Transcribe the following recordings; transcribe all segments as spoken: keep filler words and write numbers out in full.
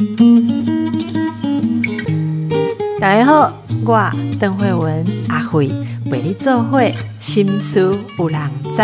大家好，我邓惠文阿惠陪你做伙，心事有人知。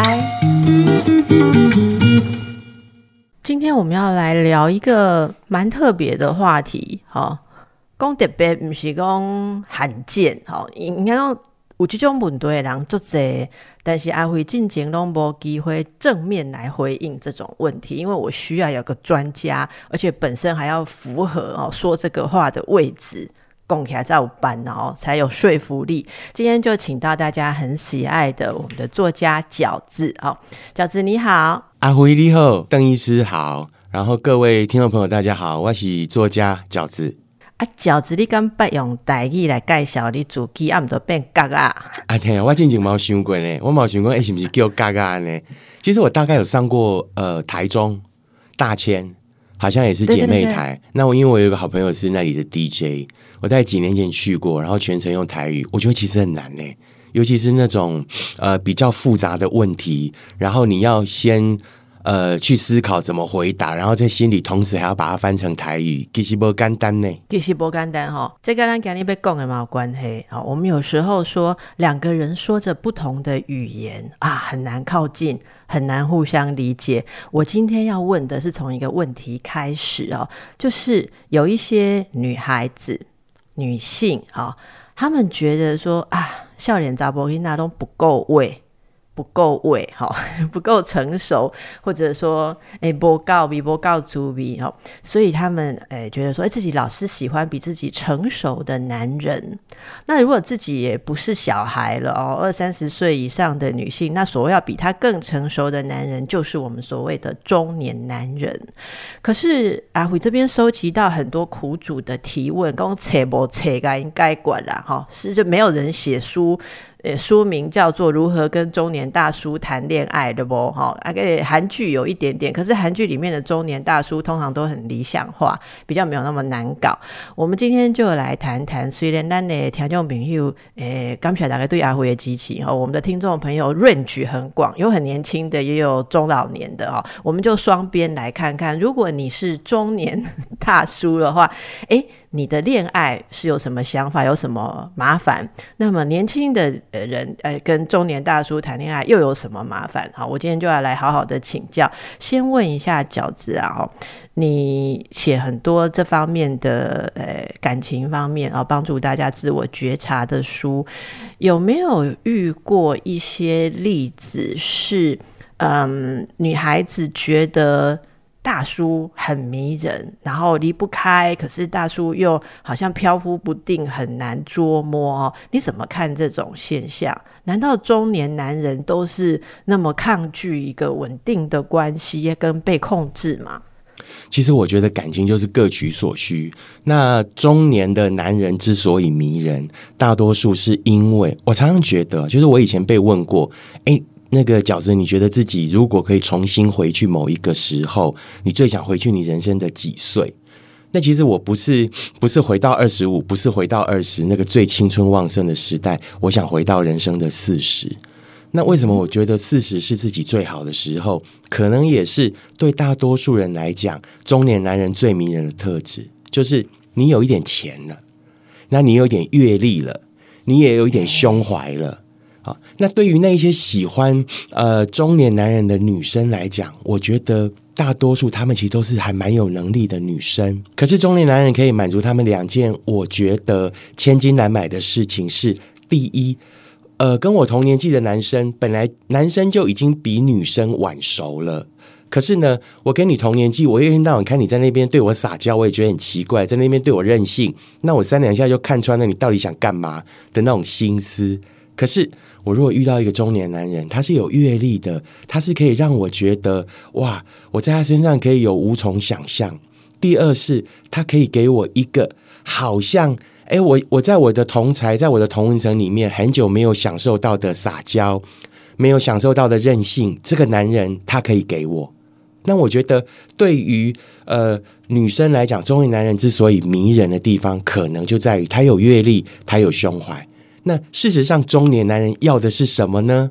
今天我们要来聊一个蛮特别的话题，哈，讲特别不是讲罕见，哈，应该讲有这种问题的人很多，但是阿惠进前都没机会正面来回应这种问题，因为我需要有个专家，而且本身还要符合、哦、说这个话的位置。讲起来才有班哦，才有说服力。今天就请到大家很喜爱的我们的作家饺子哦，饺子你好。 阿辉你好，邓医师好，然后各位听众朋友大家好，我是作家饺子。 啊，饺子你敢捌用台语来介绍你自己，啊，不就变嘎啊？ 啊天啊，我之前没有想过呢，我没有想过，哎、欸，是不是叫嘎嘎呢？其实我大概有上过呃台中大千。好像也是姐妹台，对对对，那我因为我有一个好朋友是那里的 D J， 我大概几年前去过，然后全程用台语，我觉得其实很难耶，尤其是那种呃比较复杂的问题，然后你要先呃去思考怎么回答，然后在心里同时还要把它翻成台语，其实不简单呢。 其实不简单哈，这跟咱今天要讲的没有关系。好，我们有时候说两个人说着不同的语言啊，很难靠近。很难互相理解。我今天要问的是从一个问题开始哦，就是有一些女孩子、女性啊，她们觉得说啊，少年查某囡仔都不够位。不够位不够成熟，或者说诶不够比不够足比，所以他们诶觉得说诶自己老是喜欢比自己成熟的男人。那如果自己也不是小孩了哦，二三十岁以上的女性，那所谓要比他更成熟的男人，就是我们所谓的中年男人。可是阿辉这边收集到很多苦主的提问，讲切不切该应该管啦哈，是就没有人写书。呃，书名叫做《如何跟中年大叔谈恋爱》的不哈，啊，韩剧有一点点，可是韩剧里面的中年大叔通常都很理想化，比较没有那么难搞。我们今天就来谈谈，虽然咱的听众朋友，诶，感谢大家对阿辉的支持哈，我们的听众朋友 range 很广，有很年轻的，也有中老年的哈，我们就双边来看看，如果你是中年大叔的话，诶。你的恋爱是有什么想法，有什么麻烦？那么年轻的人呃，跟中年大叔谈恋爱又有什么麻烦？好，我今天就要来好好的请教。先问一下饺子啊，你写很多这方面的呃感情方面啊，帮助大家自我觉察的书，有没有遇过一些例子是嗯，女孩子觉得大叔很迷人，然后离不开，可是大叔又好像飘忽不定，很难捉摸哦。你怎么看这种现象？难道中年男人都是那么抗拒一个稳定的关系跟被控制吗？ 其实我觉得感情就是各取所需。那中年的男人之所以迷人，大多数是因为我常常觉得，就是我以前被问过，诶那个饺子，你觉得自己如果可以重新回去某一个时候，你最想回去你人生的几岁？那其实我不是不是回到二十五，不是回到二十那个最青春旺盛的时代，我想回到人生的四十。那为什么我觉得四十是自己最好的时候？可能也是对大多数人来讲，中年男人最迷人的特质，就是你有一点钱了，那你有一点阅历了，你也有一点胸怀了。好，那对于那些喜欢呃中年男人的女生来讲，我觉得大多数她们其实都是还蛮有能力的女生。可是中年男人可以满足他们两件我觉得千金难买的事情是：第一，呃，跟我同年纪的男生，本来男生就已经比女生晚熟了。可是呢，我跟你同年纪，我一天到晚看你在那边对我撒娇，我也觉得很奇怪，在那边对我任性，那我三两下就看穿了你到底想干嘛的那种心思。可是我如果遇到一个中年男人，他是有阅历的，他是可以让我觉得哇，我在他身上可以有无从想象。第二是他可以给我一个好像哎，我我在我的同侪，在我的同温层里面很久没有享受到的撒娇，没有享受到的任性，这个男人他可以给我。那我觉得对于呃女生来讲，中年男人之所以迷人的地方，可能就在于他有阅历，他有胸怀。那事实上中年男人要的是什么呢？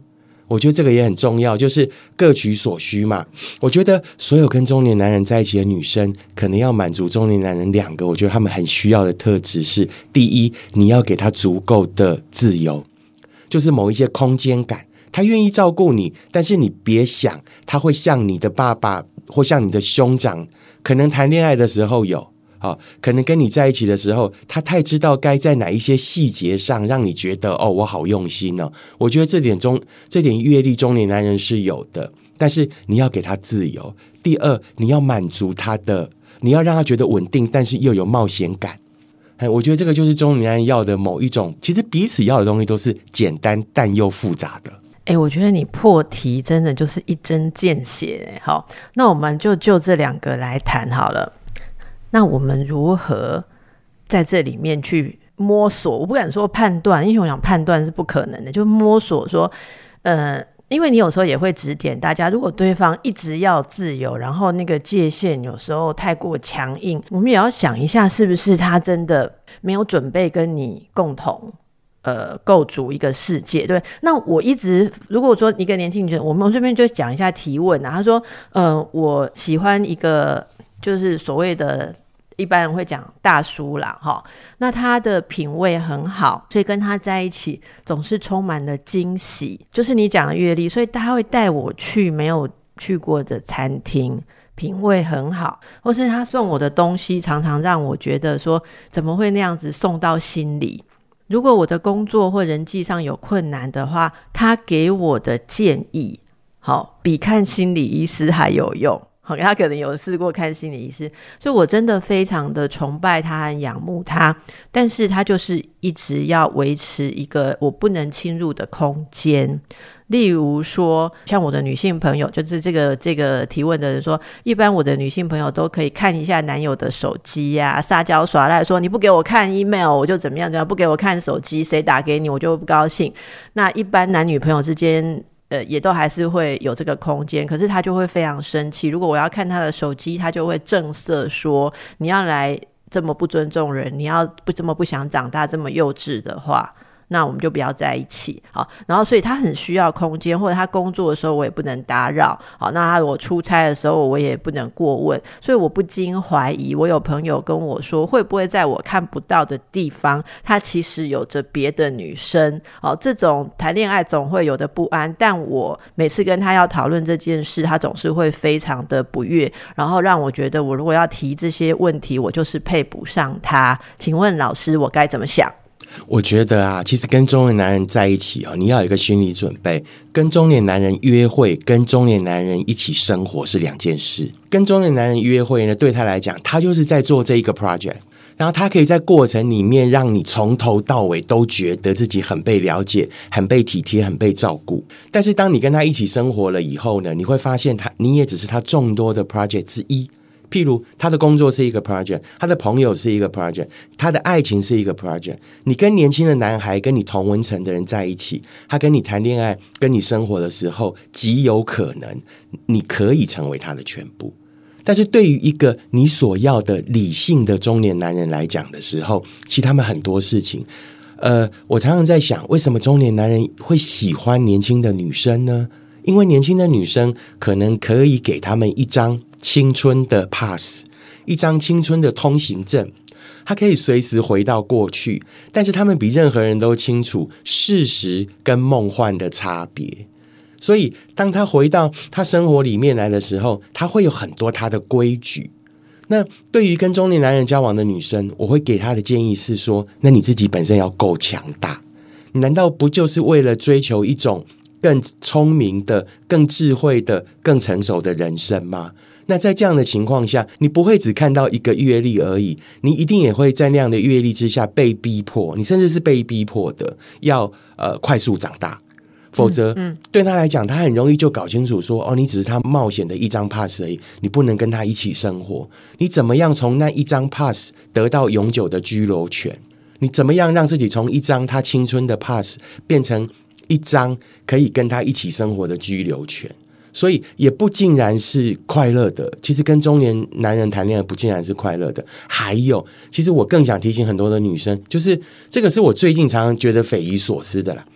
我觉得这个也很重要，就是各取所需嘛。我觉得所有跟中年男人在一起的女生，可能要满足中年男人两个我觉得他们很需要的特质是：第一，你要给他足够的自由，就是某一些空间感，他愿意照顾你，但是你别想他会像你的爸爸或像你的兄长，可能谈恋爱的时候有，好，可能跟你在一起的时候，他太知道该在哪一些细节上让你觉得哦，我好用心哦。我觉得这点中这点阅历中年男人是有的，但是你要给他自由。第二，你要满足他的，你要让他觉得稳定，但是又有冒险感。我觉得这个就是中年男人要的某一种，其实彼此要的东西都是简单但又复杂的。 哎、欸，我觉得你破题真的就是一针见血。好，那我们就就这两个来谈好了。那我们如何在这里面去摸索？我不敢说判断，因为我想判断是不可能的，就摸索说，呃，因为你有时候也会指点大家，如果对方一直要自由，然后那个界限有时候太过强硬，我们也要想一下，是不是他真的没有准备跟你共同呃，构筑一个世界。对，那我一直如果说一个年轻女生，我们这边就讲一下提问啊。他说，呃，我喜欢一个就是所谓的一般人会讲大叔啦，齁，那他的品味很好，所以跟他在一起总是充满了惊喜，就是你讲的阅历，所以他会带我去没有去过的餐厅，品味很好，或是他送我的东西常常让我觉得说怎么会那样子送到心里。如果我的工作或人际上有困难的话，他给我的建议好比看心理医师还有用。他可能有试过看心理医师，所以我真的非常的崇拜他和仰慕他，但是他就是一直要维持一个我不能侵入的空间。例如说像我的女性朋友，就是这个这个提问的人说，一般我的女性朋友都可以看一下男友的手机啊，撒娇耍赖说你不给我看 email 我就怎么样怎么样，不给我看手机谁打给你我就不高兴。那一般男女朋友之间呃，也都还是会有这个空间，可是他就会非常生气，如果我要看他的手机，他就会正色说你要来这么不尊重人，你要不这么不想长大，这么幼稚的话，那我们就不要在一起。好，然后所以他很需要空间，或者他工作的时候我也不能打扰，好，那他我出差的时候我也不能过问，所以我不禁怀疑，我有朋友跟我说，会不会在我看不到的地方他其实有着别的女生。好，这种谈恋爱总会有的不安，但我每次跟他要讨论这件事，他总是会非常的不悦，然后让我觉得我如果要提这些问题，我就是配不上他。请问老师我该怎么想？ 我觉得啊，其实跟中年男人在一起哦，你要有一个心理准备，跟中年男人约会跟中年男人一起生活是两件事。跟中年男人约会呢，对他来讲他就是在做这一个 project， 然后他可以在过程里面让你从头到尾都觉得自己很被了解，很被体贴，很被照顾。但是当你跟他一起生活了以后呢，你会发现他你也只是他众多的 project 之一。譬如他的工作是一个 project， 他的朋友是一个 project， 他的爱情是一个 project。 你跟年轻的男孩跟你同温层的人在一起，他跟你谈恋爱跟你生活的时候，极有可能你可以成为他的全部。但是对于一个你所要的理性的中年男人来讲的时候，其实他们很多事情呃，我常常在想，为什么中年男人会喜欢年轻的女生呢？因为年轻的女生可能可以给他们一张青春的 pass， 一张青春的通行证，他可以随时回到过去，但是他们比任何人都清楚事实跟梦幻的差别。所以当他回到他生活里面来的时候，他会有很多他的规矩。那对于跟中年男人交往的女生，我会给他的建议是说，那你自己本身要够强大，难道不就是为了追求一种更聪明的、更智慧的、更成熟的人生吗？那在这样的情况下，你不会只看到一个阅历而已，你一定也会在那样的阅历之下被逼迫，你甚至是被逼迫的要呃快速长大。否则、嗯嗯、对他来讲，他很容易就搞清楚说，哦，你只是他冒险的一张 pass 而已，你不能跟他一起生活。你怎么样从那一张 pass 得到永久的居留权？你怎么样让自己从一张他青春的 pass 变成一张可以跟他一起生活的居留权？所以也不尽然是快乐的，其实跟中年男人谈恋爱不尽然是快乐的。还有，其实我更想提醒很多的女生，就是这个是我最近常常觉得匪夷所思的啦。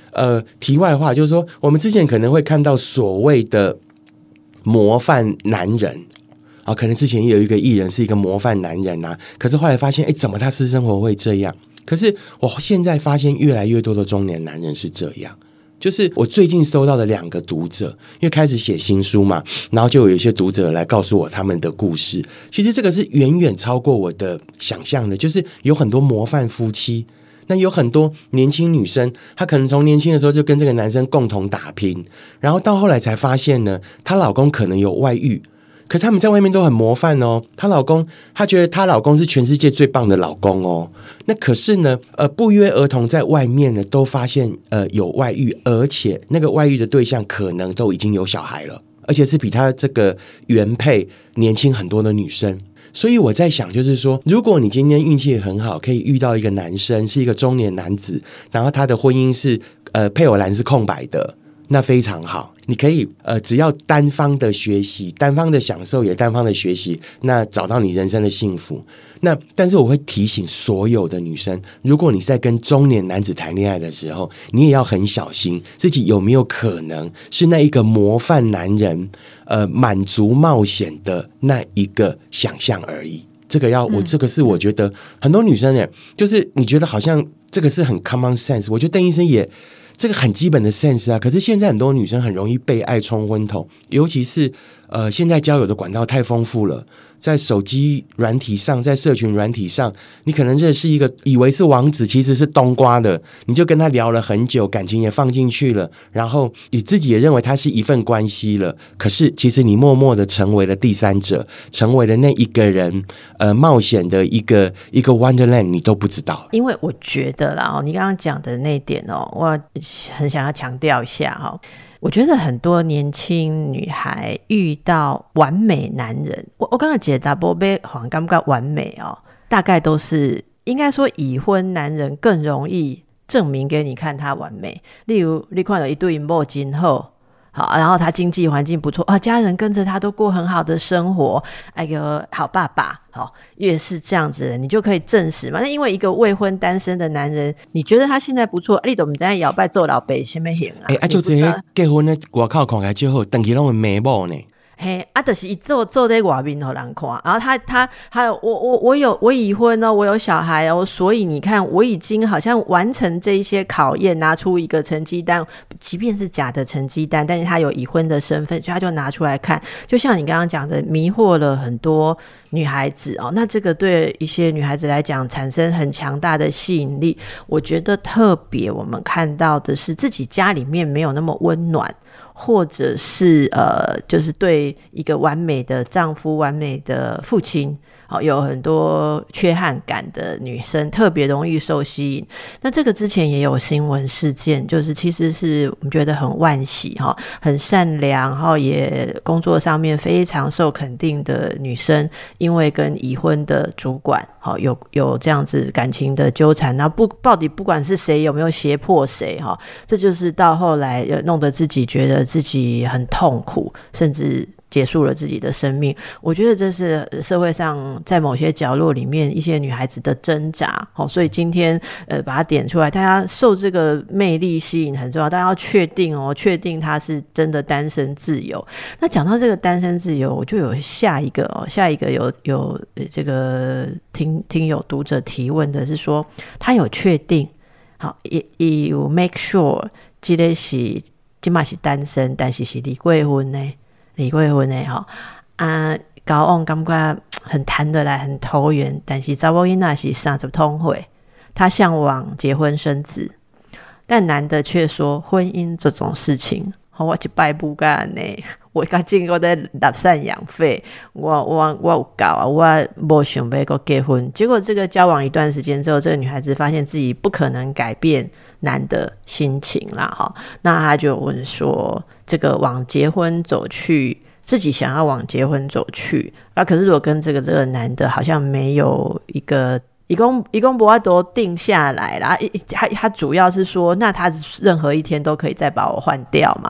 呃，题外话就是说，我们之前可能会看到所谓的模范男人啊，可能之前也有一个艺人是一个模范男人啊，可是后来发现，哎，怎么他私生活会这样？可是我现在发现越来越多的中年男人是这样。就是我最近收到的两个读者，因为开始写新书嘛，然后就有一些读者来告诉我他们的故事。其实这个是远远超过我的想象的，就是有很多模范夫妻，那有很多年轻女生，她可能从年轻的时候就跟这个男生共同打拼，然后到后来才发现呢，她老公可能有外遇。可是他们在外面都很模范哦，她老公，她觉得她老公是全世界最棒的老公哦。那可是呢，呃，不约而同在外面呢都发现呃有外遇，而且那个外遇的对象可能都已经有小孩了，而且是比她这个原配年轻很多的女生。所以我在想，就是说，如果你今天运气很好，可以遇到一个男生是一个中年男子，然后他的婚姻是呃配偶栏是空白的。那非常好，你可以呃，只要单方的学习，单方的享受，也单方的学习，那找到你人生的幸福。那但是我会提醒所有的女生，如果你在跟中年男子谈恋爱的时候，你也要很小心自己有没有可能是那一个模范男人，呃，满足冒险的那一个想象而已。这个要我这个是我觉得很多女生呢，就是你觉得好像这个是很 common sense， 我觉得邓医生也。这个很基本的 sense 啊，可是现在很多女生很容易被爱冲昏头，尤其是呃，现在交友的管道太丰富了，在手机软体上，在社群软体上，你可能认识一个以为是王子，其实是冬瓜的，你就跟他聊了很久，感情也放进去了，然后你自己也认为他是一份关系了，可是其实你默默的成为了第三者，成为了那一个人呃冒险的一个一个 Wonderland， 你都不知道。 因为我觉得啦，哦，你刚刚讲的那一点哦，我很想要强调一下哈。我觉得很多年轻女孩遇到完美男人，我我刚刚解答波被好像感觉完美哦，大概都是应该说已婚男人更容易证明给你看他完美。例如你看到一对某今后好，然后他经济环境不错啊，家人跟着他都过很好的生活，哎个好爸爸，好，越是这样子的人，你就可以证实嘛。那因为一个未婚单身的男人，你觉得他现在不错，你都不知道摇摆做老爸什么型啊？ 哎、欸，啊，就这些结婚的外口看起来最好，等起拢会美某呢。 嘿，啊，就是一做做在外面给人看，然后他他还有我我我有我已婚哦，我有小孩哦，所以你看我已经好像完成这一些考验，拿出一个成绩单，即便是假的成绩单，但是他有已婚的身份，所以他就拿出来看，就像你刚刚讲的，迷惑了很多女孩子哦。那这个对一些女孩子来讲产生很强大的吸引力。我觉得特别我们看到的是自己家里面没有那么温暖。或者是呃，就是对一个完美的丈夫、完美的父亲，好，有很多缺憾感的女生特别容易受吸引。那这个之前也有新闻事件，就是其实是我们觉得很惋惜哈，很善良，然后也工作上面非常受肯定的女生，因为跟已婚的主管好有有这样子感情的纠缠，那不到底不管是谁有没有胁迫谁哈，这就是到后来弄得自己觉得自己很痛苦，甚至结束了自己的生命。我觉得这是社会上在某些角落里面一些女孩子的挣扎，所以今天呃把它点出来，大家受这个魅力吸引很重要，大家要确定哦，确定她是真的单身自由。那讲到这个单身自由，我就有下一个哦，下一个有有这个听听友读者提问的是说，他有确定好也也有 make sure 这个是现在是单身，但是是离过婚的。离过婚的吼啊，交往感觉很谈得来，很投缘，但是查某囡仔是三十通岁，他向往结婚生子，但男的却说婚姻这种事情，我一摆不干呢，我甲经过在纳赡养费，我我我有够啊，我没想要go结婚。结果这个交往一段时间之后，这个女孩子发现自己不可能改变男的心情啦哈，那他就问说，这个往结婚走去，自己想要往结婚走去啊，可是如果跟这个这个男的好像没有一个一共一共不要都定下来啦，他他主要是说，那他任何一天都可以再把我换掉嘛。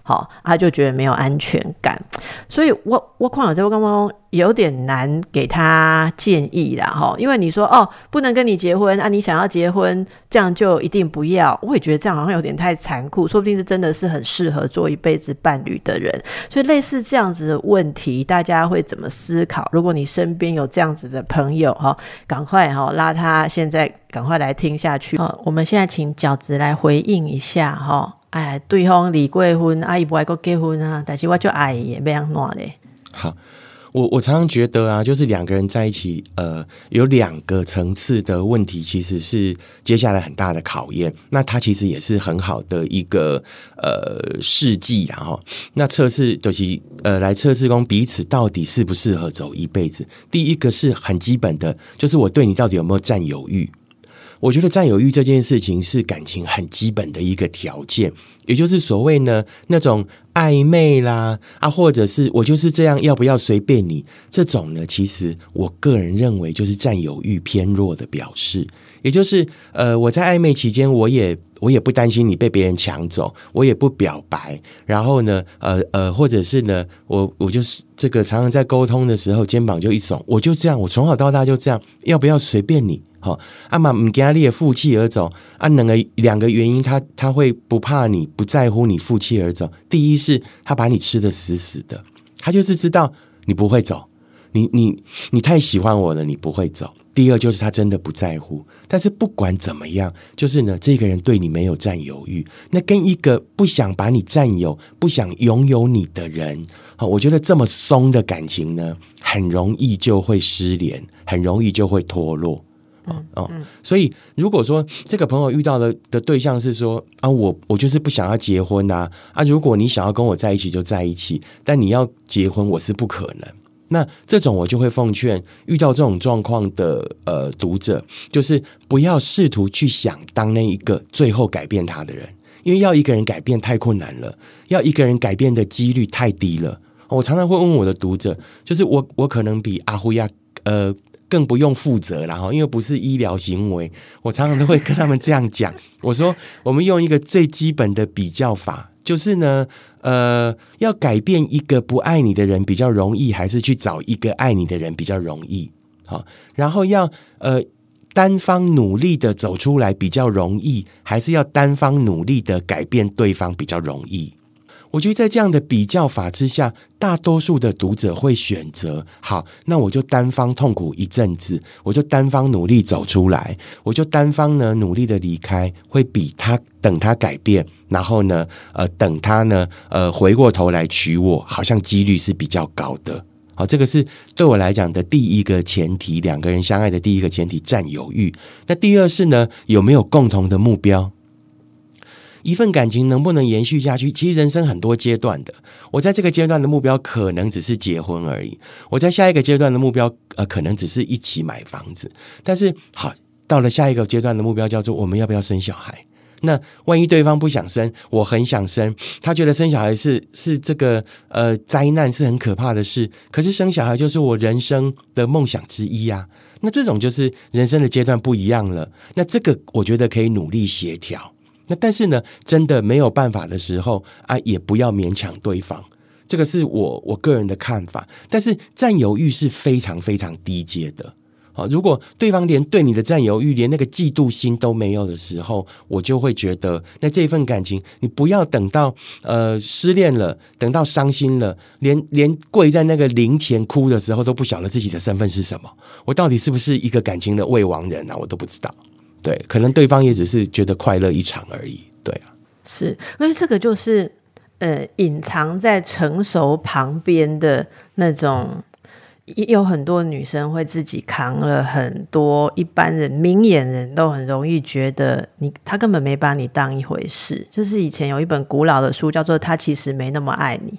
好，他就觉得没有安全感。所以我我看到这个刚刚有点难给他建议啦，因为你说哦不能跟你结婚啊，你想要结婚这样就一定不要，我也觉得这样好像有点太残酷，说不定是真的是很适合做一辈子伴侣的人。所以类似这样子的问题大家会怎么思考？如果你身边有这样子的朋友，赶快拉他现在赶快来听下去。我们现在请饺子来回应一下，哎，对方离过婚啊，他不爱再结婚啊，但是我就爱也不样弄嘞。 好，我我常常觉得啊，就是两个人在一起，呃，有两个层次的问题，其实是接下来很大的考验。那它其实也是很好的一个呃试剂啦哈。那测试就是呃来测试公彼此到底适不适合走一辈子。第一个是很基本的，就是我对你到底有没有占有欲。我觉得占有欲这件事情是感情很基本的一个条件，也就是所谓呢那种暧昧啦啊，或者是我就是这样要不要随便你，这种呢其实我个人认为就是占有欲偏弱的表示。也就是呃我在暧昧期间我也我也不担心你被别人抢走，我也不表白，然后呢呃呃或者是呢我我就是这个常常在沟通的时候肩膀就一耸，我就这样，我从小到大就这样，要不要随便你。好、哦，啊嘛不给你的负气而走啊，两个两个原因他，他他会不怕你，不在乎你负气而走。第一是他把你吃得死死的，他就是知道你不会走，你你你太喜欢我了，你不会走。第二就是他真的不在乎，但是不管怎么样，就是呢，这个人对你没有占有欲，那跟一个不想把你占有、不想拥有你的人，哦、我觉得这么松的感情呢，很容易就会失联，很容易就会脱落。哦，所以如果说这个朋友遇到的的对象是说啊，我我就是不想要结婚啊啊，如果你想要跟我在一起就在一起，但你要结婚我是不可能。那这种我就会奉劝遇到这种状况的呃读者，就是不要试图去想当那一个最后改变他的人，因为要一个人改变太困难了，要一个人改变的几率太低了。我常常会问我的读者，就是我我可能比阿胡亚呃。更不用负责啦，因为不是医疗行为，我常常都会跟他们这样讲。我说，我们用一个最基本的比较法，就是呢，呃，要改变一个不爱你的人比较容易，还是去找一个爱你的人比较容易？好，然后要呃单方努力的走出来比较容易，还是要单方努力的改变对方比较容易？我觉得在这样的比较法之下，大多数的读者会选择好，那我就单方痛苦一阵子，我就单方努力走出来，我就单方呢努力的离开，会比他等他改变，然后呢呃等他呢呃回过头来娶我，好像几率是比较高的。好，这个是对我来讲的第一个前提，两个人相爱的第一个前提，占有欲。那第二是呢，有没有共同的目标？一份感情能不能延续下去，其实人生很多阶段的，我在这个阶段的目标可能只是结婚而已，我在下一个阶段的目标呃，可能只是一起买房子，但是好，到了下一个阶段的目标叫做我们要不要生小孩。那万一对方不想生，我很想生，他觉得生小孩是是这个呃灾难，是很可怕的事，可是生小孩就是我人生的梦想之一啊。那这种就是人生的阶段不一样了，那这个我觉得可以努力协调。那但是呢，真的没有办法的时候啊，也不要勉强对方，这个是我我个人的看法。但是占有欲是非常非常低阶的。好，如果对方连对你的占有欲，连那个嫉妒心都没有的时候，我就会觉得，那这份感情，你不要等到呃失恋了，等到伤心了，连连跪在那个灵前哭的时候都不晓得自己的身份是什么，我到底是不是一个感情的未亡人啊？我都不知道。对，可能对方也只是觉得快乐一场而已。对啊， 是因为这个就是呃隐藏在成熟旁边的那种。有很多女生会自己扛了很多一般人明眼人都很容易觉得你他根本没把你当一回事，就是以前有一本古老的书叫做他其实没那么爱你，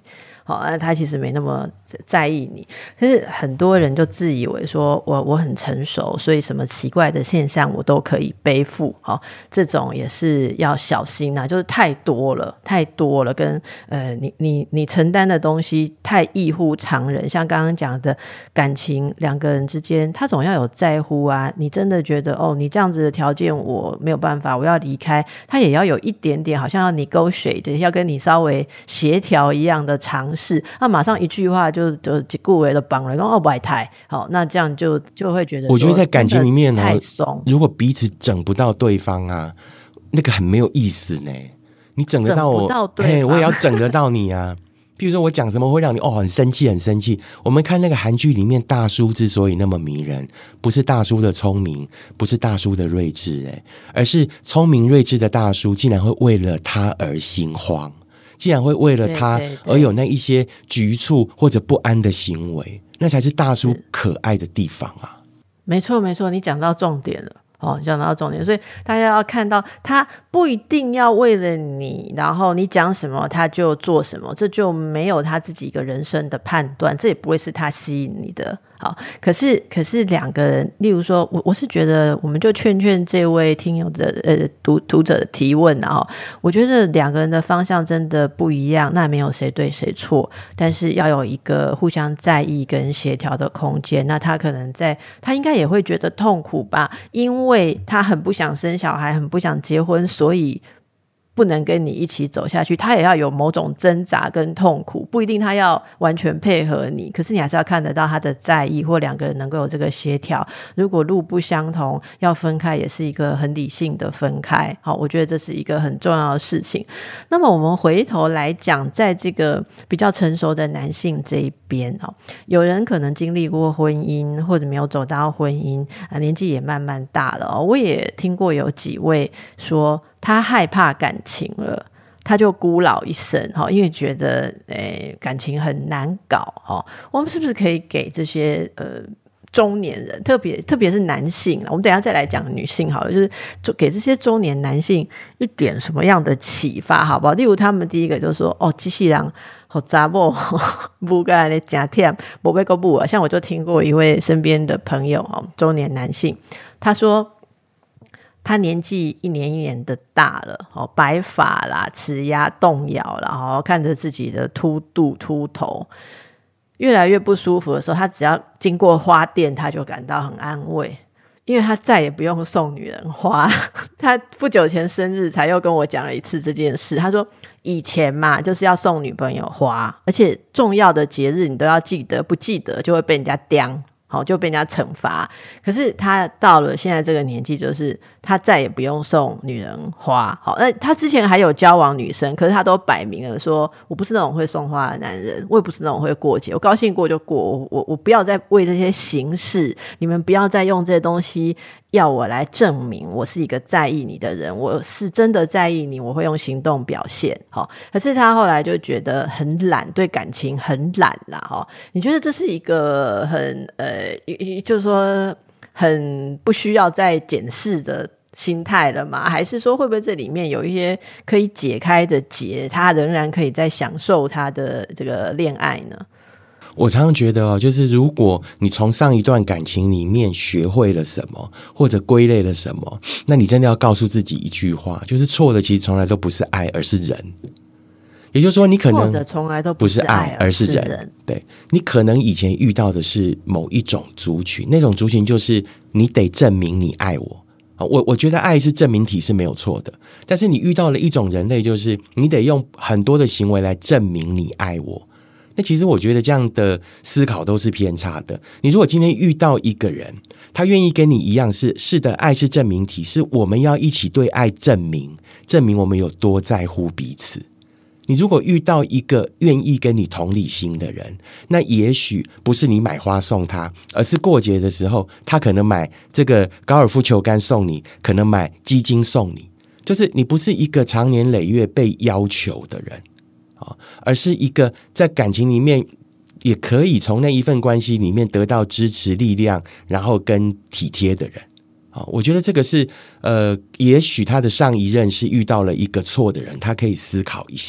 好，那他其实没那么在意你。可是很多人就自以为说我我很成熟，所以什么奇怪的现象我都可以背负。好，这种也是要小心啊，就是太多了，太多了，跟呃你你你承担的东西太异乎常人。像刚刚讲的感情，两个人之间，他总要有在乎啊。你真的觉得哦，你这样子的条件我没有办法，我要离开，他也要有一点点好像要 negotiate， 要跟你稍微协调一样的尝试。那马上一句话就就顾为了绑人哦外台，好，那这样就就会觉得， 我觉得在感情里面呢、 哦， 如果彼此整不到对方啊，那个很没有意思呢。你整得到我， 整不到对方， 嘿，我也要整得到你啊。譬如说我讲什么会让你哦很生气很生气，我们看那个韩剧里面，大叔之所以那么迷人，不是大叔的聪明，不是大叔的睿智，诶，而是聪明睿智的大叔竟然会为了他而心慌，竟然会为了他而有那一些局促或者不安的行为，那才是大叔可爱的地方啊。 没错没错，你讲到重点了哦，讲到重点，所以大家要看到他不一定要为了你，然后你讲什么他就做什么，这就没有他自己一个人生的判断，这也不会是他吸引你的。好，可是可是两个人，例如说我我是觉得我们就劝劝这位听友的呃读读者的提问啊，我觉得两个人的方向真的不一样，那没有谁对谁错，但是要有一个互相在意跟协调的空间。那他可能在他应该也会觉得痛苦吧，因为他很不想生小孩，很不想结婚，所以不能跟你一起走下去，他也要有某种挣扎跟痛苦，不一定他要完全配合你，可是你还是要看得到他的在意，或两个人能够有这个协调。如果路不相同要分开，也是一个很理性的分开。好，我觉得这是一个很重要的事情。那么我们回头来讲，在这个比较成熟的男性这一边，有人可能经历过婚姻，或者没有走到婚姻，年纪也慢慢大了。我也听过有几位说他害怕感情了，他就孤老一生，因为觉得、欸、感情很难搞。我们是不是可以给这些呃中年人，特别特别是男性，我们等一下再来讲女性好了，就是给这些中年男性一点什么样的启发好不好？例如他们第一个就是说哦，机器人好查某不干的真忝没被过不啊。像我就听过一位身边的朋友中年男性，他说他年纪一年一年的大了，哦，白发啦，齿牙动摇啦，然后看着自己的秃肚秃头越来越不舒服的时候，他只要经过花店他就感到很安慰，因为他再也不用送女人花。他不久前生日才又跟我讲了一次这件事，他说以前嘛就是要送女朋友花，而且重要的节日你都要记得，不记得就会被人家刁，好，就被人家惩罚。可是他到了现在这个年纪，就是他再也不用送女人花。好，那他之前还有交往女生，可是他都摆明了说，我不是那种会送花的男人，我也不是那种会过节，我高兴过就过，我我我不要再为这些形式，你们不要再用这些东西要我来证明我是一个在意你的人，我是真的在意你，我会用行动表现。好，可是他后来就觉得很懒，对感情很懒啦。好，你觉得这是一个很呃，就是说很不需要再检视的心态了吗？还是说会不会这里面有一些可以解开的结，他仍然可以再享受他的这个恋爱呢？ 我常常觉得哦，就是如果你从上一段感情里面学会了什么，或者归类了什么，那你真的要告诉自己一句话，就是错的其实从来都不是爱，而是人。也就是说你可能错的从来都不是爱， 而是人。人对，你可能以前遇到的是某一种族群，那种族群就是你得证明你爱我。我我觉得爱是证明体是没有错的，但是你遇到了一种人类，就是你得用很多的行为来证明你爱我。那其实我觉得这样的思考都是偏差的。你如果今天遇到一个人，他愿意跟你一样是是的，爱是证明体，是我们要一起对爱证明，证明我们有多在乎彼此。你如果遇到一个愿意跟你同理心的人，那也许不是你买花送他，而是过节的时候他可能买这个高尔夫球杆送你，可能买基金送你，就是你不是一个长年累月被要求的人，而是一个在感情里面也可以从那一份关系里面得到支持力量，然后跟体贴的人。我觉得这个是呃，也许他的上一任是遇到了一个错的人，他可以思考一下，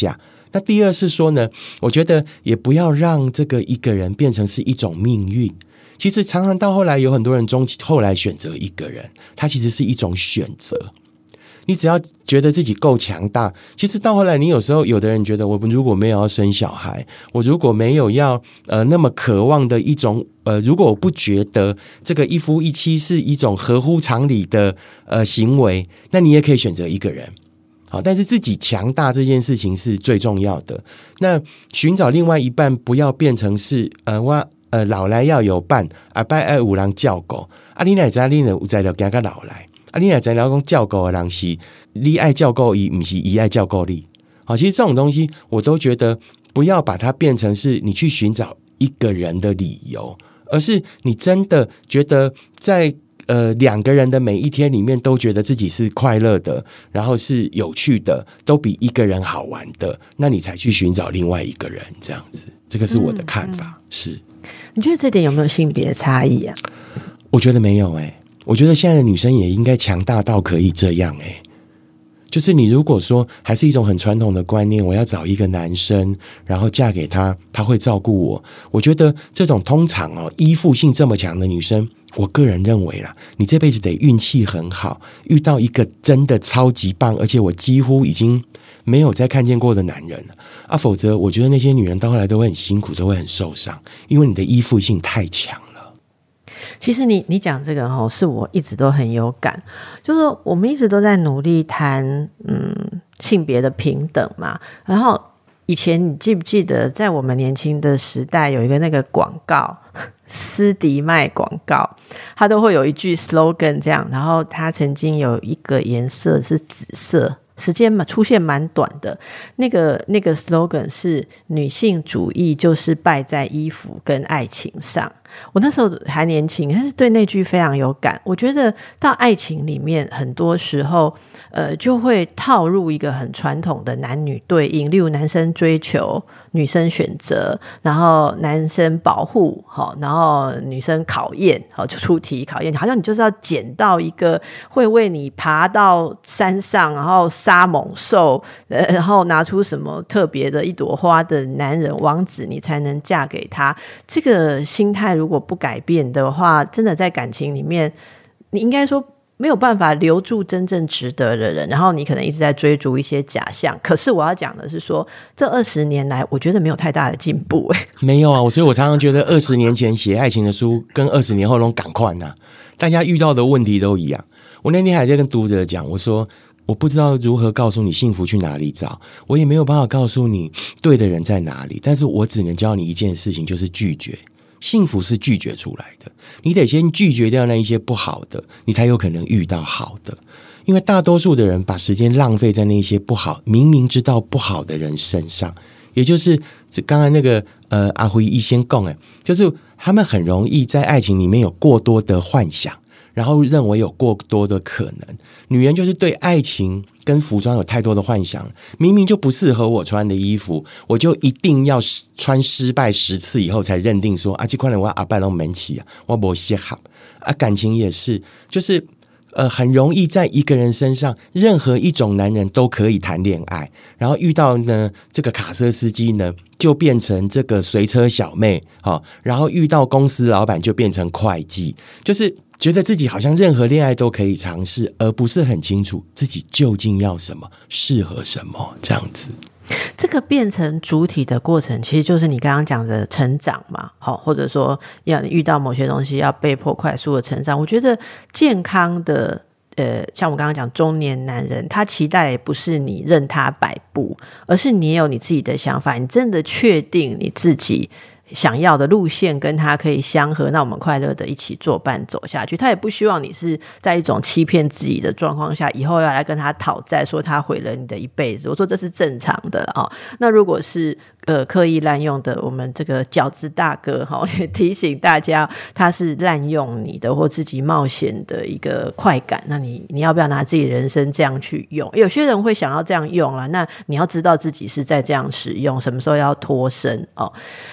那第二是说呢，我觉得也不要让这个一个人变成是一种命运。其实常常到后来有很多人终后来选择一个人，他其实是一种选择。你只要觉得自己够强大，其实到后来你有时候有的人觉得我如果没有要生小孩，我如果没有要呃那么渴望的一种呃如果我不觉得这个一夫一妻是一种合乎常理的呃行为，那你也可以选择一个人。好，但是自己强大这件事情是最重要的。那寻找另外一半不要变成是呃我呃老来要有伴，啊拜爱有人照顾，啊你哪知你有才了行到老来。啊，你也知道讲照顾的人是你爱照顾伊，不是伊爱照顾你。好，其实这种东西我都觉得不要把它变成是你去寻找一个人的理由，而是你真的觉得在呃两个人的每一天里面都觉得自己是快乐的，然后是有趣的，都比一个人好玩的，那你才去寻找另外一个人，这样子。这个是我的看法。嗯嗯、是， 你觉得这点有没有性别差异啊？ 我觉得没有诶、欸。我觉得现在的女生也应该强大到可以这样欸，就是你如果说还是一种很传统的观念，我要找一个男生然后嫁给他，他会照顾我，我觉得这种通常哦依附性这么强的女生，我个人认为啦，你这辈子得运气很好，遇到一个真的超级棒，而且我几乎已经没有再看见过的男人了啊，否则我觉得那些女人到后来都会很辛苦，都会很受伤，因为你的依附性太强了。 其实你你讲这个齁，是我一直都很有感，就是我们一直都在努力谈嗯性别的平等嘛。然后以前你记不记得，在我们年轻的时代，有一个那个广告，斯迪麦广告，它都会有一句 slogan 这样，然后它曾经有一个颜色是紫色。时间出现蛮短的，那个那个 slogan 是女性主义就是败在衣服跟爱情上。我那时候还年轻，但是对那句非常有感。我觉得到爱情里面，很多时候呃就会套入一个很传统的男女对应，例如男生追求，女生选择，然后男生保护，然后女生考验，就出题考验，好像你就是要捡到一个会为你爬到山上，然后杀猛兽，然后拿出什么特别的一朵花的男人王子，你才能嫁给他。这个心态如果不改变的话，真的在感情里面，你应该说没有办法留住真正值得的人，然后你可能一直在追逐一些假象。可是我要讲的是说，这二十年来我觉得没有太大的进步、欸、 没有啊，所以我常常觉得二十年前写爱情的书跟二十年后那种赶快啊，大家遇到的问题都一样。我那天还在跟读者讲，我说我不知道如何告诉你幸福去哪里找，我也没有办法告诉你对的人在哪里，但是我只能教你一件事情，就是拒绝。幸福是拒绝出来的，你得先拒绝掉那一些不好的，你才有可能遇到好的。因为大多数的人把时间浪费在那些不好明明知道不好的人身上，也就是刚才那个呃阿辉一先讲诶，就是他们很容易在爱情里面有过多的幻想，然后认为有过多的可能。女人就是对爱情跟服装有太多的幻想，明明就不适合我穿的衣服，我就一定要穿失败十次以后才认定说啊，这款人我阿拜都没起啊，我没适合啊。感情也是，就是呃，很容易在一个人身上，任何一种男人都可以谈恋爱，然后遇到呢这个卡车司机呢，就变成这个随车小妹，哦，然后遇到公司老板就变成会计，就是觉得自己好像任何恋爱都可以尝试，而不是很清楚自己究竟要什么，适合什么，这样子。 这个变成主体的过程，其实就是你刚刚讲的成长嘛，好，或者说要遇到某些东西要被迫快速的成长。我觉得健康的呃，像我刚刚讲中年男人，他期待也不是你任他摆布，而是你也有你自己的想法，你真的确定你自己想要的路线跟他可以相合，那我们快乐的一起作伴走下去。他也不希望你是在一种欺骗自己的状况下，以后要来跟他讨债，说他毁了你的一辈子。我说这是正常的哦。那如果是呃刻意滥用的，我们这个饺子大哥哈、哦、也提醒大家，他是滥用你的或自己冒险的一个快感，那你你要不要拿自己人生这样去用？有些人会想要这样用啦，那你要知道自己是在这样使用，什么时候要脱身哦。所以这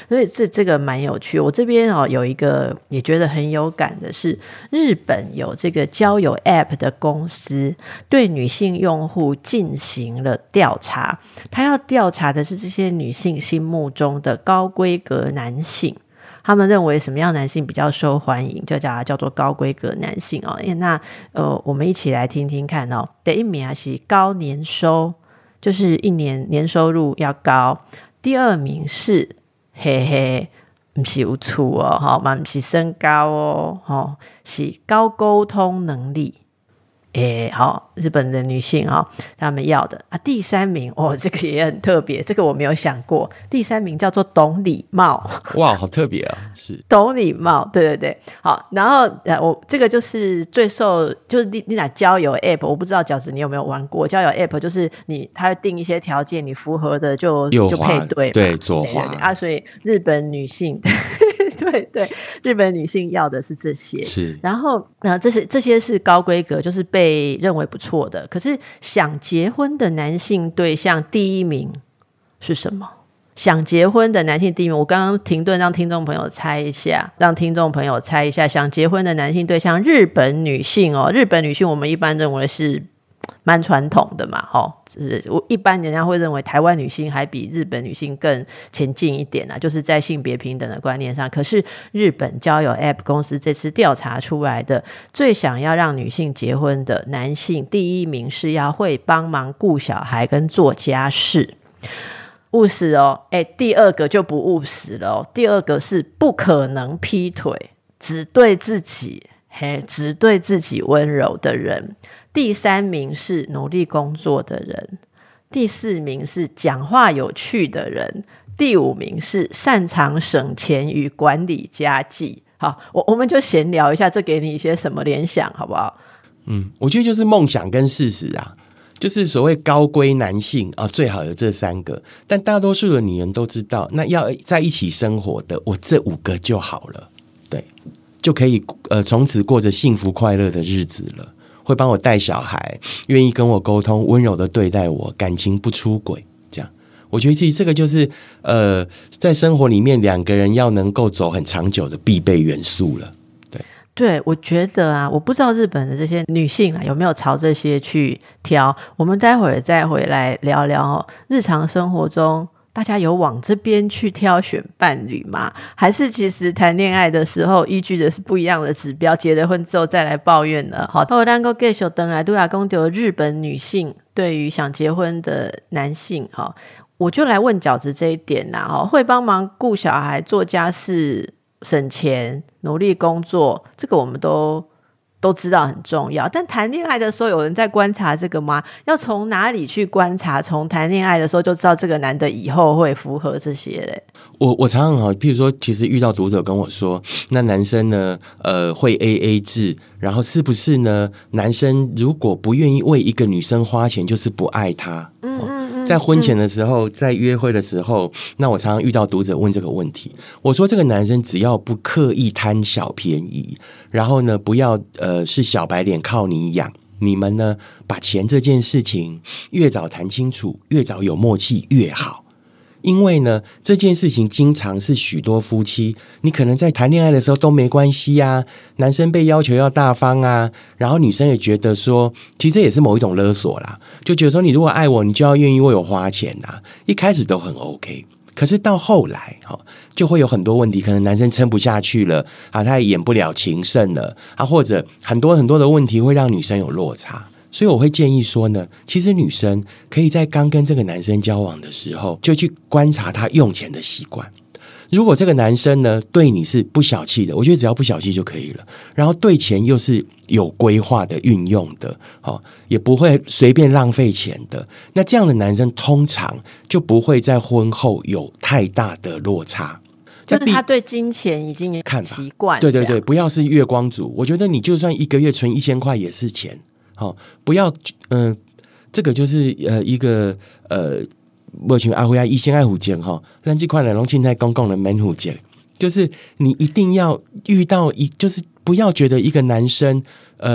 这这个蛮有趣。我这边哦有一个也觉得很有感的是，日本有这个交友 App 的公司对女性用户进行了调查，他要调查的是这些女性心目中的高规格男性。他们认为什么样男性比较受欢迎，就叫它叫做高规格男性哦。那呃，我们一起来听听看哦。第一名是高年收，就是一年年收入要高。第二名是嘿嘿，不是有厝哦，哈，嘛不是身高哦，哈，是高沟通能力。诶，好，日本的女性哦，她们要的啊。第三名哦，这个也很特别，这个我没有想过。第三名叫做懂礼貌， 哇，好特别啊！是懂礼貌，对对对，好。然后呃，我这个就是最受，就是你你哪交友 app， 我不知道饺子你有没有玩过交友 app， 就是你它会定一些条件，你符合的就就配对嘛， 对，左滑对对对啊，所以日本女性。对对，日本女性要的是这些， 是， 然后呃，这些这些是高规格，就是被认为不错的。可是想结婚的男性对象第一名是什么？想结婚的男性第一名，我刚刚停顿让听众朋友猜一下，让听众朋友猜一下，想结婚的男性对象日本女性哦，日本女性我们一般认为是蛮传统的嘛，齁，就是我一般人家会认为台湾女性还比日本女性更前进一点啊，就是在性别平等的观念上。可是日本交友 App 公司这次调查出来的最想要让女性结婚的男性第一名是要会帮忙顾小孩跟做家事，务实哦。诶，第二个就不务实了哦，第二个是不可能劈腿，只对自己嘿，只对自己温柔的人。第三名是努力工作的人，第四名是讲话有趣的人，第五名是擅长省钱与管理家计。好，我我们就闲聊一下，这给你一些什么联想好不好？ 嗯，我觉得就是梦想跟事实啊，就是所谓高规男性啊，最好有这三个，但大多数的女人都知道，那要在一起生活的，我这五个就好了，对，就可以呃从此过着幸福快乐的日子了。会帮我带小孩，愿意跟我沟通，温柔的对待我，感情不出轨，这样，我觉得其实这个就是呃，在生活里面两个人要能够走很长久的必备元素了。对， 对，我觉得啊，我不知道日本的这些女性啊有没有朝这些去挑。我们待会儿再回来聊聊哦，日常生活中。大家有往这边去挑选伴侣吗？还是其实谈恋爱的时候依据的是不一样的指标，结了婚之后再来抱怨呢？好，我们继续回来，都要讲到日本女性对于想结婚的男性，我就来问饺子这一点啦，会帮忙顾小孩、做家事、省钱、努力工作，这个我们都都知道很重要，但谈恋爱的时候有人在观察这个吗？要从哪里去观察？从谈恋爱的时候就知道这个男的以后会符合这些嘞。 我我常常哈，譬如说，其实遇到读者跟我说，那男生呢，呃，会 A A 制，然后是不是呢？男生如果不愿意为一个女生花钱，就是不爱她。嗯嗯嗯。在婚前的时候，在约会的时候，那我常常遇到读者问这个问题，我说这个男生只要不刻意贪小便宜，然后呢，不要呃是小白脸靠你养。你们呢，把钱这件事情越早谈清楚，越早有默契越好。因为呢，这件事情经常是许多夫妻，你可能在谈恋爱的时候都没关系啊，男生被要求要大方啊，然后女生也觉得说，其实这也是某一种勒索啦，就觉得说你如果爱我，你就要愿意为我花钱啊，一开始都很 OK。可是到后来就会有很多问题，可能男生撑不下去了啊，他也演不了情圣了啊，或者很多很多的问题会让女生有落差。所以我会建议说呢，其实女生可以在刚跟这个男生交往的时候，就去观察他用钱的习惯。如果这个男生呢对你是不小气的，我觉得只要不小气就可以了，然后对钱又是有规划的运用的，哦，也不会随便浪费钱的，那这样的男生通常就不会在婚后有太大的落差， 就是他对金钱已经习惯。 对对对，不要是月光族，我觉得你就算一个月存一千块也是钱。好、哦，不要，嗯、呃，这个就是呃一个呃，我像阿辉啊，一心爱虎节哈，让这块人龙现在公共的门虎节，就是你一定要遇到一，就是不要觉得一个男生呃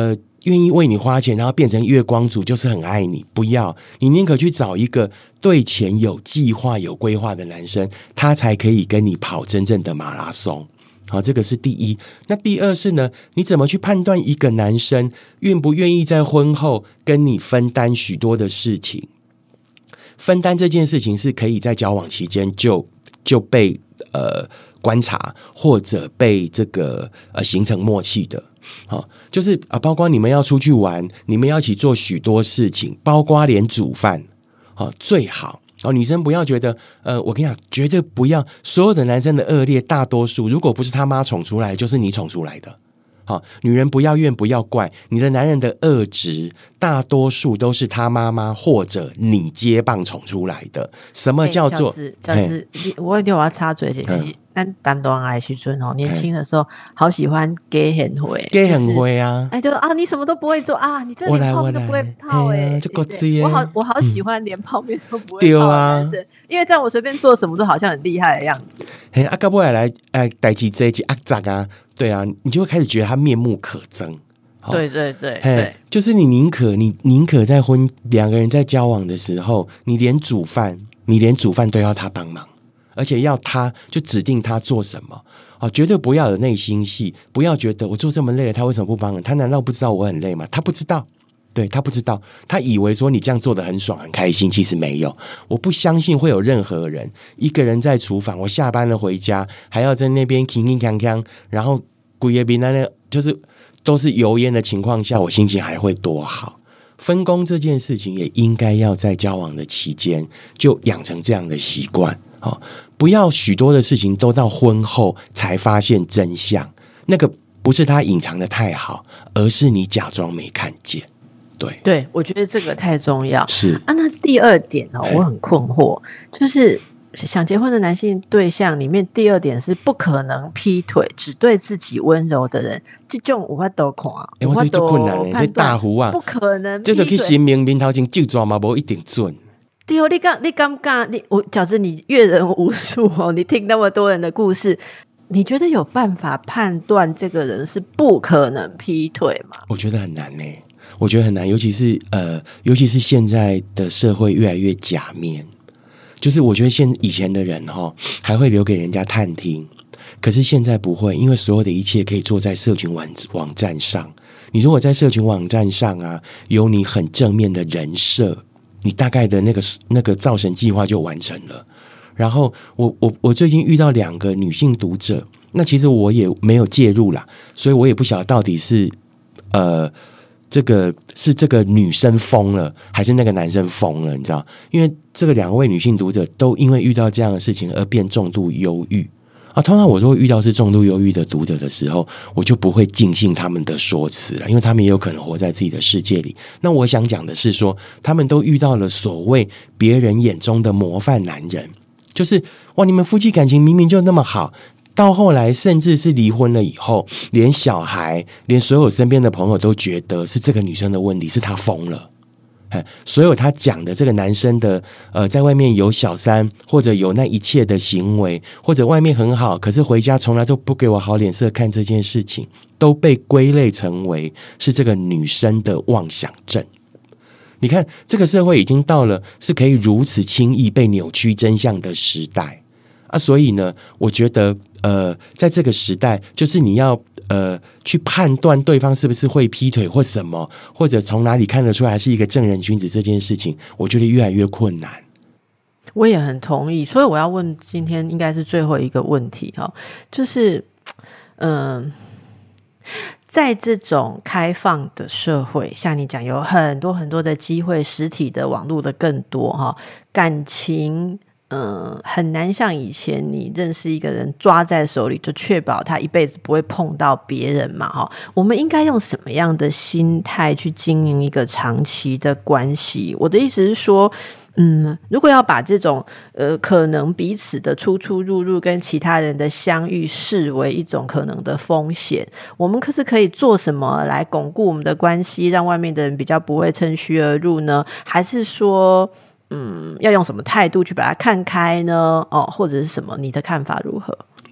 愿意为你花钱，然后变成月光族就是很爱你，不要，你宁可去找一个对钱有计划有规划的男生，他才可以跟你跑真正的马拉松。好，这个是第一。那第二是呢，你怎么去判断一个男生愿不愿意在婚后跟你分担许多的事情？分担这件事情是可以在交往期间就就被呃观察，或者被这个呃形成默契的。好，就是啊，包括你们要出去玩，你们要一起做许多事情，包括连煮饭，好，最好。哦，女生不要觉得，呃，我跟你讲，绝对不要，所有的男生的恶劣，大多数如果不是他妈宠出来，就是你宠出来的。好，女人不要怨，不要怪，你的男人的恶质，大多数都是他妈妈或者你接棒宠出来的。什么叫做？ 欸、教师，我一定要插嘴一下。咱当当爱时阵哦，年轻的时候好喜欢给很会， 给很会啊！ 哎，就啊，你什么都不会做啊，你这连泡面都不会泡哎、欸， 就够自我好我好喜欢连泡面都不会泡的男生、嗯啊，因为这样我随便做什么都好像很厉害的样子。 嘿，阿哥不来来哎，带起这一集阿杂啊，对啊，你就会开始觉得他面目可憎。 对对对对， 就是你宁可你宁可在婚两个人在交往的时候，你连煮饭，你连煮饭都要他帮忙。而且要他就指定他做什么、哦、绝对不要有内心戏，不要觉得我做这么累了他为什么不帮人，他难道不知道我很累吗？他不知道，对，他不知道，他以为说你这样做得很爽很开心，其实没有。我不相信会有任何人一个人在厨房，我下班了回家还要在那边铿铿锵锵，然后鬼也比那那就是都是油烟的情况下，我心情还会多好。分工这件事情也应该要在交往的期间就养成这样的习惯、哦、不要许多的事情都到婚后才发现真相，那个不是他隐藏的太好，而是你假装没看见。对对，我觉得这个太重要。 是啊，那第二点哦，我很困惑，就是想结婚的男性对象里面，第二点是不可能劈腿，只对自己温柔的人，这种有法度看， 欸、我这就困难嘞，这大胡啊， 不可能劈腿，这就去神明面头前就抓嘛，不一定准。 对哦，你刚你刚刚你我饺子，你阅人无数哦，你听那么多人的故事，你觉得有办法判断这个人是不可能劈腿吗？ 我觉得很难呢，我觉得很难，尤其是呃，尤其是现在的社会越来越假面。就是我觉得现以前的人齁还会留给人家探听，可是现在不会，因为所有的一切可以做在社群网网站上。你如果在社群网站上啊，有你很正面的人设，你大概的那个那个造神计划就完成了。然后我我我最近遇到两个女性读者，那其实我也没有介入啦，所以我也不晓得到底是呃。这个是这个女生疯了还是那个男生疯了，你知道，因为这个两位女性读者都因为遇到这样的事情而变重度忧郁啊。通常我如果遇到是重度忧郁的读者的时候，我就不会尽信他们的说辞了，因为他们也有可能活在自己的世界里。那我想讲的是说，他们都遇到了所谓别人眼中的模范男人，就是哇，你们夫妻感情明明就那么好，到后来甚至是离婚了以后，连小孩连所有身边的朋友都觉得是这个女生的问题，是她疯了。所有他讲的这个男生的呃，在外面有小三或者有那一切的行为，或者外面很好可是回家从来都不给我好脸色看，这件事情都被归类成为是这个女生的妄想症。你看这个社会已经到了是可以如此轻易被扭曲真相的时代啊，所以呢，我觉得呃，在这个时代，就是你要呃去判断对方是不是会劈腿或什么，或者从哪里看得出来是一个正人君子这件事情，我觉得越来越困难。 我也很同意，所以我要问今天应该是最后一个问题哈，就是嗯、呃，在这种开放的社会，像你讲有很多很多的机会，实体的网络的更多哈，感情。嗯，很难像以前你认识一个人抓在手里就确保他一辈子不会碰到别人嘛齁，我们应该用什么样的心态去经营一个长期的关系？我的意思是说嗯，如果要把这种呃可能彼此的出出入入跟其他人的相遇视为一种可能的风险，我们可是可以做什么来巩固我们的关系，让外面的人比较不会趁虚而入呢？还是说嗯，要用什么态度去把它看开呢？哦，或者是什么？你的看法如何？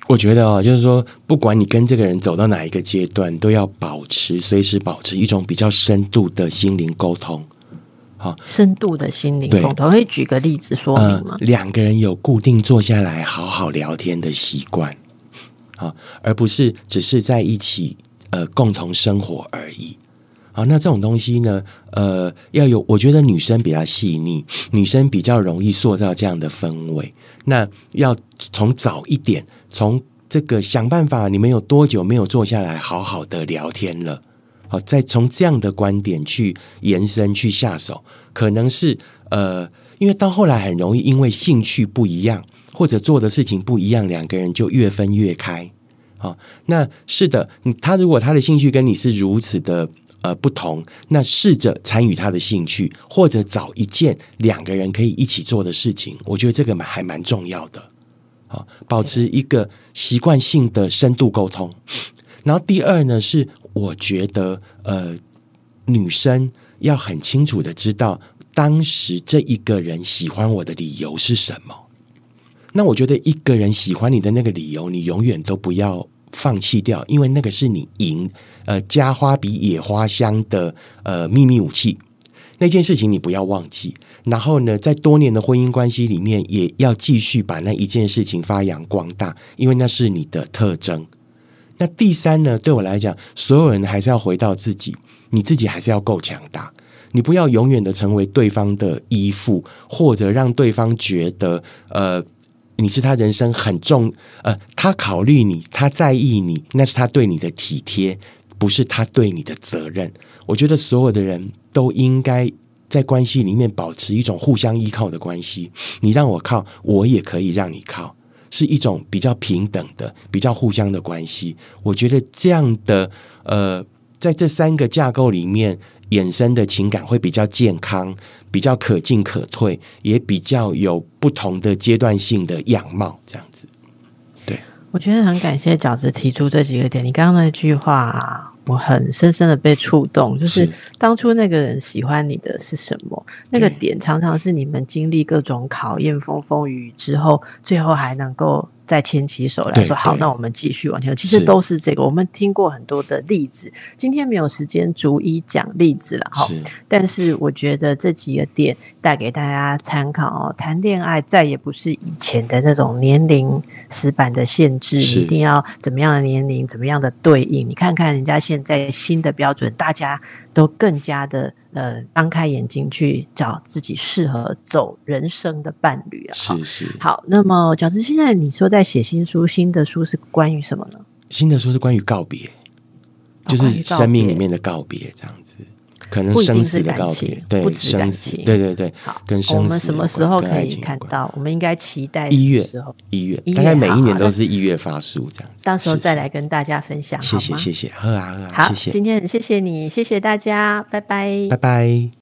我觉得哦，就是说，不管你跟这个人走到哪一个阶段，都要保持随时保持一种比较深度的心灵沟通。好， 深度的心灵沟通，可以举个例子说明吗？ 呃、两个人有固定坐下来好好聊天的习惯，好，而不是只是在一起呃共同生活而已。好，那这种东西呢，呃，要有，我觉得女生比较细腻，女生比较容易塑造这样的氛围。那要从早一点，从这个想办法，你们有多久没有坐下来好好的聊天了？好，再从这样的观点去延伸去下手，可能是呃，因为到后来很容易因为兴趣不一样，或者做的事情不一样，两个人就越分越开。好，那是的，他如果他的兴趣跟你是如此的呃不同，那试着参与他的兴趣，或者找一件两个人可以一起做的事情，我觉得这个还蛮重要的。好，保持一个习惯性的深度沟通。然后第二呢，是我觉得呃女生要很清楚的知道当时这一个人喜欢我的理由是什么。那我觉得一个人喜欢你的那个理由，你永远都不要放弃掉，因为那个是你赢呃家花比野花香的呃秘密武器。那件事情你不要忘记，然后呢，在多年的婚姻关系里面，也要继续把那一件事情发扬光大，因为那是你的特征。那第三呢，对我来讲，所有人还是要回到自己，你自己还是要够强大，你不要永远的成为对方的依附，或者让对方觉得呃你是他人生很重呃他考虑你，他在意你，那是他对你的体贴，不是他对你的责任。我觉得所有的人都应该在关系里面保持一种互相依靠的关系，你让我靠，我也可以让你靠，是一种比较平等的、比较互相的关系。我觉得这样的呃，在这三个架构里面衍生的情感会比较健康，比较可进可退，也比较有不同的阶段性的样貌，这样子。对， 我觉得很感谢饺子提出这几个点。你刚刚那句话啊，我很深深的被触动，就是当初那个人喜欢你的是什么？那个点常常是你们经历各种考验、风风雨雨之后，最后还能够再牵起手来说好，那我们继续往前。其实都是这个，我们听过很多的例子，今天没有时间逐一讲例子了哈。但是我觉得这几个点带给大家参考哦。谈恋爱再也不是以前的那种年龄死板的限制，你一定要怎么样的年龄，怎么样的对应。你看看人家现在新的标准，大家都更加的呃张开眼睛去找自己适合走人生的伴侣啊。 是是。好， 那么饺子，现在你说在写新书，新的书是关于什么呢？ 新的书是关于告别，就是生命里面的告别，这样子。可能生死的告别，对，生死，对对对，跟生死。 我们什么时候可以看到？我们应该期待一月，一月，大概每一年都是一月发书这样子。 到时候再来跟大家分享， 谢谢谢谢，喝啊喝啊， 好，今天很谢谢你，谢谢大家，拜拜， 拜拜。